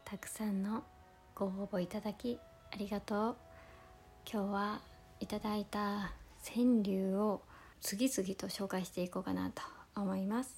たくさんのご応募いただきありがとう。今日はいただいた川柳を次々と紹介していこうかなと思います。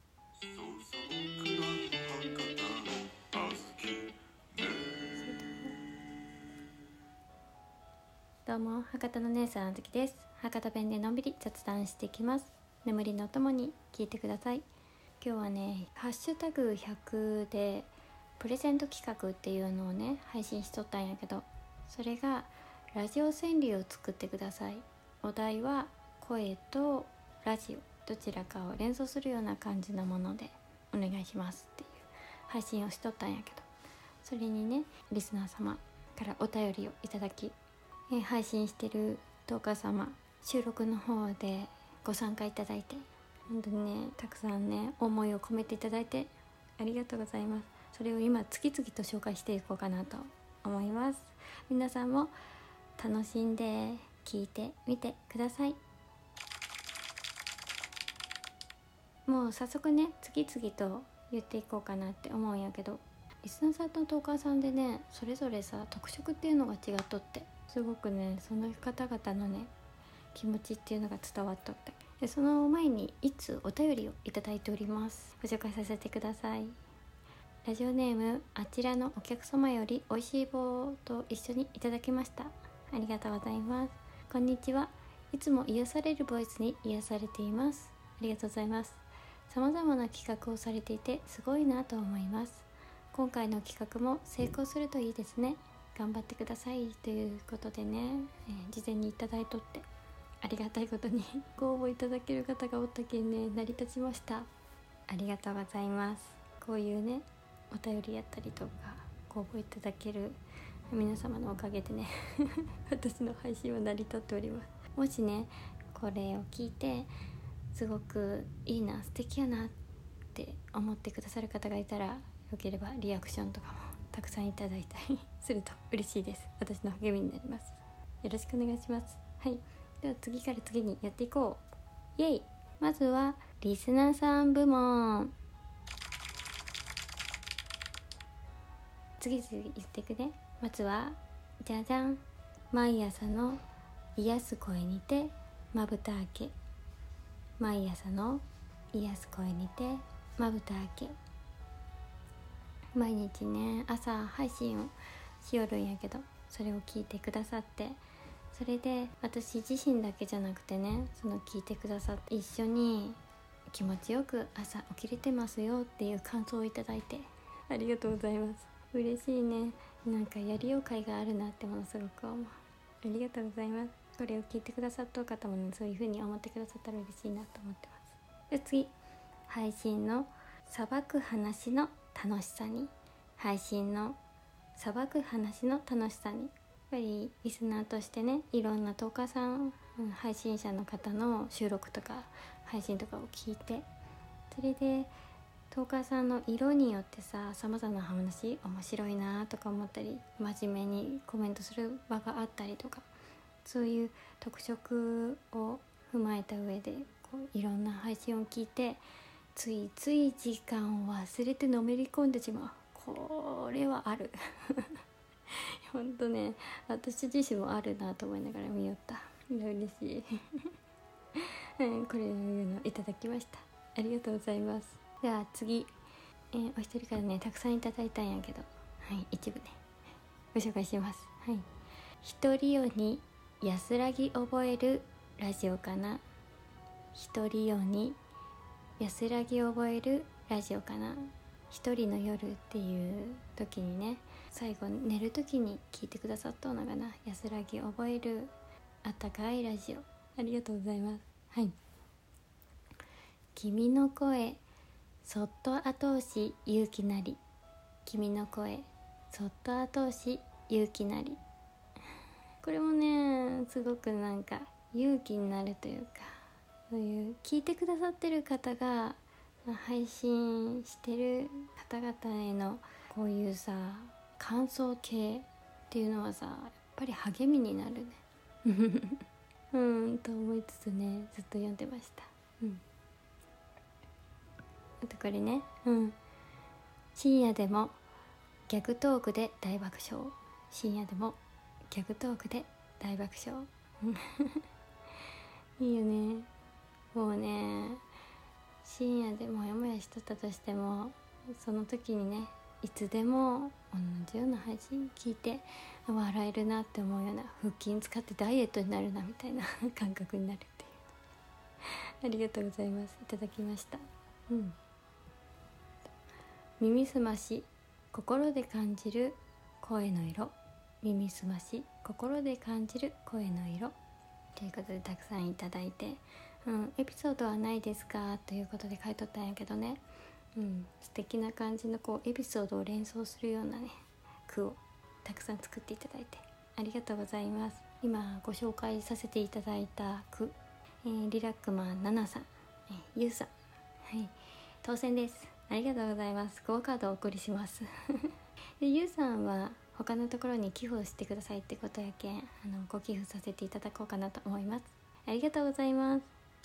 どうも、博多の姉さんあずきです。博多弁でのんびり雑談していきます。眠りのともに聞いてください。今日はね、ハッシュタグ100でプレゼント企画っていうのをね配信しとったんやけど、それがラジオ川柳を作ってください。お題は声とラジオどちらかを連想するような感じのものでお願いしますっていう配信をしとったんやけど、それにねリスナー様からお便りをいただき、配信してるトーカー様、収録の方でご参加いただいて、本当にねたくさんね思いを込めていただいてありがとうございます。それを今次々と紹介していこうかなと思います。皆さんも楽しんで聞いてみてください。もう早速ね次々と言っていこうかなって思うんやけど、リスナーさんとトーカーさんでねそれぞれさ特色っていうのが違っとって、すごくねその方々のね気持ちっていうのが伝わっとって、でその前にいつお便りをいただいております。ご紹介させてください。ラジオネームあちらのお客様よりおいしい棒と一緒にいただきました。ありがとうございます。こんにちは。いつも癒されるボイスに癒されています。ありがとうございます。様々な企画をされていてすごいなと思います。今回の企画も成功するといいですね。頑張ってくださいということでね、事前にいただいとってありがたいことにご応募いただける方がおったけんね成り立ちました。ありがとうございます。こういうねお便りやったりとかご応募いただける皆様のおかげでね私の配信は成り立っております。もしねこれを聞いてすごくいいな素敵やなって思ってくださる方がいたら、よければリアクションとかもたくさんいただいたりすると嬉しいです。私の励みになります。よろしくお願いします。はい、では次から次にやっていこう。イエイ。まずはリスナーさん部門。次々言っていくね。まずはじゃじゃん。毎朝の癒す声にてまぶた開け。毎朝の癒す声にてまぶた開け。毎日ね朝配信をしよるんやけど、それを聞いてくださって、それで私自身だけじゃなくてね、その聞いてくださって一緒に気持ちよく朝起きれてますよっていう感想をいただいてありがとうございます。嬉しいね。なんかやりよう会があるなってものすごく思う。ありがとうございます。これを聞いてくださった方もねそういう風に思ってくださったら嬉しいなと思ってます。で次、配信のさばく話の楽しさに。配信のさばく話の楽しさに、やっぱりリスナーとしてねいろんなトーカーさん、配信者の方の収録とか配信とかを聞いて、それでトーカーさんの色によってさ様々な話面白いなとか思ったり、真面目にコメントする場があったりとか、そういう特色を踏まえた上でこういろんな配信を聞いて、ついつい時間を忘れてのめり込んでしまう。これはあるほんとね私自身もあるなと思いながら見よった。嬉しいこれいうのいただきました。ありがとうございます。では次、お一人からねたくさんいただいたんやけど、はい、一部ねご紹介します。はい、一人よに安らぎ覚えるラジオかな。一人よに安らぎ覚えるラジオかな。一人の夜っていう時にね、最後寝る時に聞いてくださったのがな、安らぎ覚えるあったかいラジオ。ありがとうございます。はい、君の声そっと後押し勇気なり。君の声そっと後押し勇気なり。これもねすごくなんか勇気になるというか、そういう聞いてくださってる方が配信してる方々へのこういうさ感想系っていうのはさやっぱり励みになるねと思いつつねずっと読んでました。あとこれね、深夜でもギャグトークで大爆笑。深夜でもギャグトークで大爆笑いいよね。もうね、深夜でモヤモヤしとったとしても、その時にね、いつでも同じような配信聞いて笑えるなって思うような、腹筋使ってダイエットになるなみたいな感覚になるっていうありがとうございます。いただきました。耳すまし心で感じる声の色。耳すまし心で感じる声の色ということで、たくさんいただいて、エピソードはないですかということで書いとったんやけどね、素敵な感じのエピソードを連想するようなね句をたくさん作っていただいてありがとうございます。今ご紹介させていただいた句、リラックマン7さん、ゆうさん、当選です。ありがとうございます。ゴーカードをお送りしますでゆうさんは他のところに寄付をしてくださいってことやけん、ご寄付させていただこうかなと思います。ありがとうございます。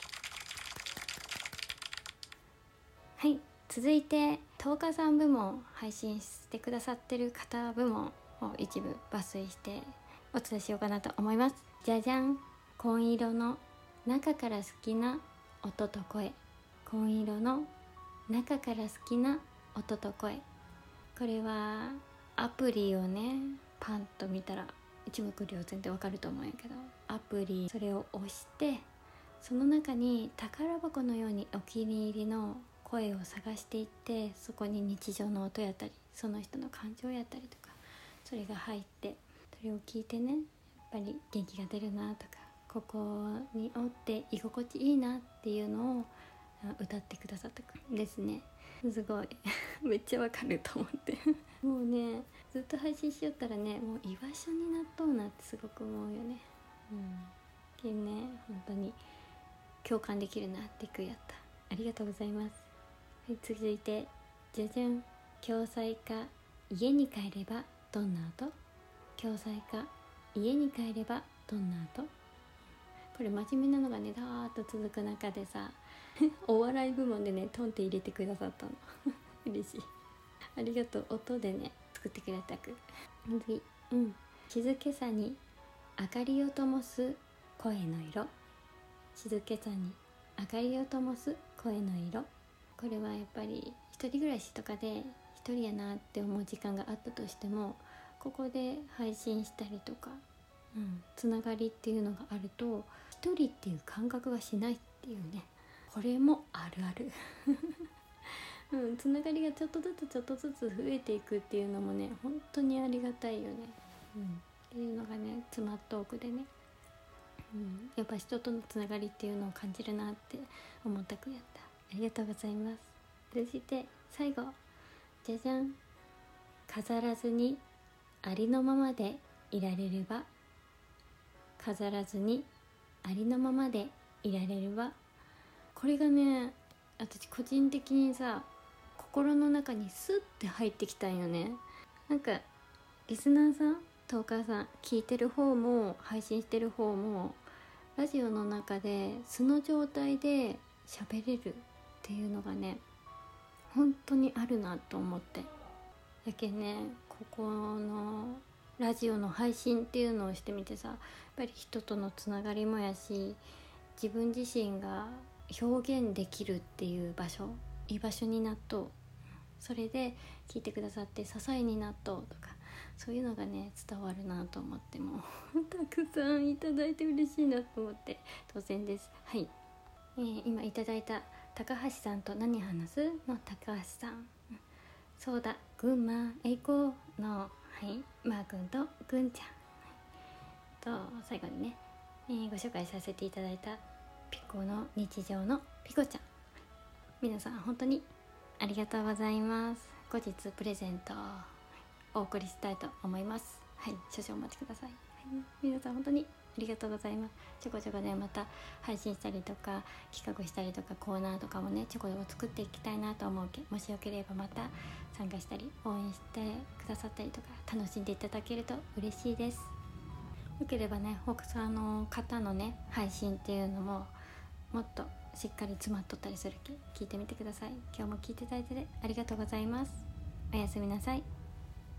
はい、続いて10日さん部門、配信してくださってる方部門を一部抜粋してお伝えしようかなと思います。じゃじゃん。紺色の中から好きな音と声。紺色の中から好きな音と声。これはアプリをねパンと見たら一目瞭然でわかると思うんやけど、アプリそれを押して、その中に宝箱のようにお気に入りの声を探していって、そこに日常の音やったりその人の感情やったりとか、それが入って、それを聞いてね、やっぱり元気が出るなとか、ここにおって居心地いいなっていうのを歌ってくださったんですね。すごいめっちゃわかると思ってもうね、ずっと配信しよったらね、もう居場所になっとうなってすごく思うよね。けんね、本当に共感できるなって句やった。ありがとうございます。はい、続いてじゃじゃん。共済か家に帰ればどんな音。共済か家に帰ればどんな音。これ真面目なのがねだーっと続く中でさお笑い部門でねトンって入れてくださったの嬉しい。ありがとう。音でね作ってくれた句。次、静けさに明かりを灯す声の色。静けさに明かりを灯す声の色。これはやっぱり一人暮らしとかで一人やなって思う時間があったとしても、ここで配信したりとか、つながりっていうのがあると一人っていう感覚がしないっていうね、これもあるあるつながりがちょっとずつ増えていくっていうのもね、本当にありがたいよね。っていうのがね詰まった奥でね、やっぱ人とのつながりっていうのを感じるなって思った句やった。ありがとうございます。そして最後、じゃじゃん。飾らずにありのままでいられれば。飾らずにありのままでいられれば。これがね、私個人的にさ、心の中にスッて入ってきたんよね。なんかリスナーさん、トーカーさん、聞いてる方も配信してる方も、ラジオの中で素の状態で喋れるっていうのがね本当にあるなと思って、やけんね、ここのラジオの配信っていうのをしてみてさ、やっぱり人とのつながりもやし、自分自身が表現できるっていう場所、居場所になっとう。それで聞いてくださって支えになっとうとか、そういうのがね伝わるなと思って、もうたくさんいただいて嬉しいなと思って当然です。はい、今いただいた高橋さんと何話すの高橋さん、そうだ群馬へ行こうの、マー君とぐんちゃん、と最後にね、ご紹介させていただいたピコの日常のピコちゃん、皆さん本当にありがとうございます。後日プレゼントをお送りしたいと思います。少々お待ちください。皆さん本当にありがとうございます。ちょこちょこねまた配信したりとか企画したりとかコーナーとかもねちょこちょこ作っていきたいなと思うけ、もしよければまた参加したり応援してくださったりとか楽しんでいただけると嬉しいです。よければね他の方のね配信っていうのももっとしっかり詰まっとったりするけ聞いてみてください。今日も聞いていただいてありがとうございます。おやすみなさい。